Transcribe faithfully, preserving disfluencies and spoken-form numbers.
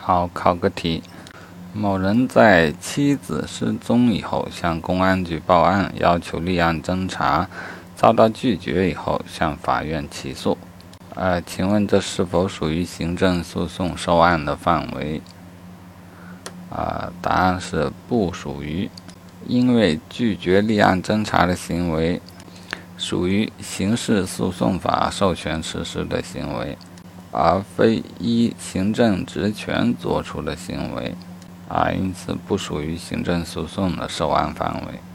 好，考个题。某人在妻子失踪以后向公安局报案，要求立案侦查，遭到拒绝以后向法院起诉。呃，请问这是否属于行政诉讼受案的范围？啊、呃，答案是不属于，因为拒绝立案侦查的行为属于刑事诉讼法授权实施的行为，而非依行政职权作出的行为，啊，因此不属于行政诉讼的受案范围。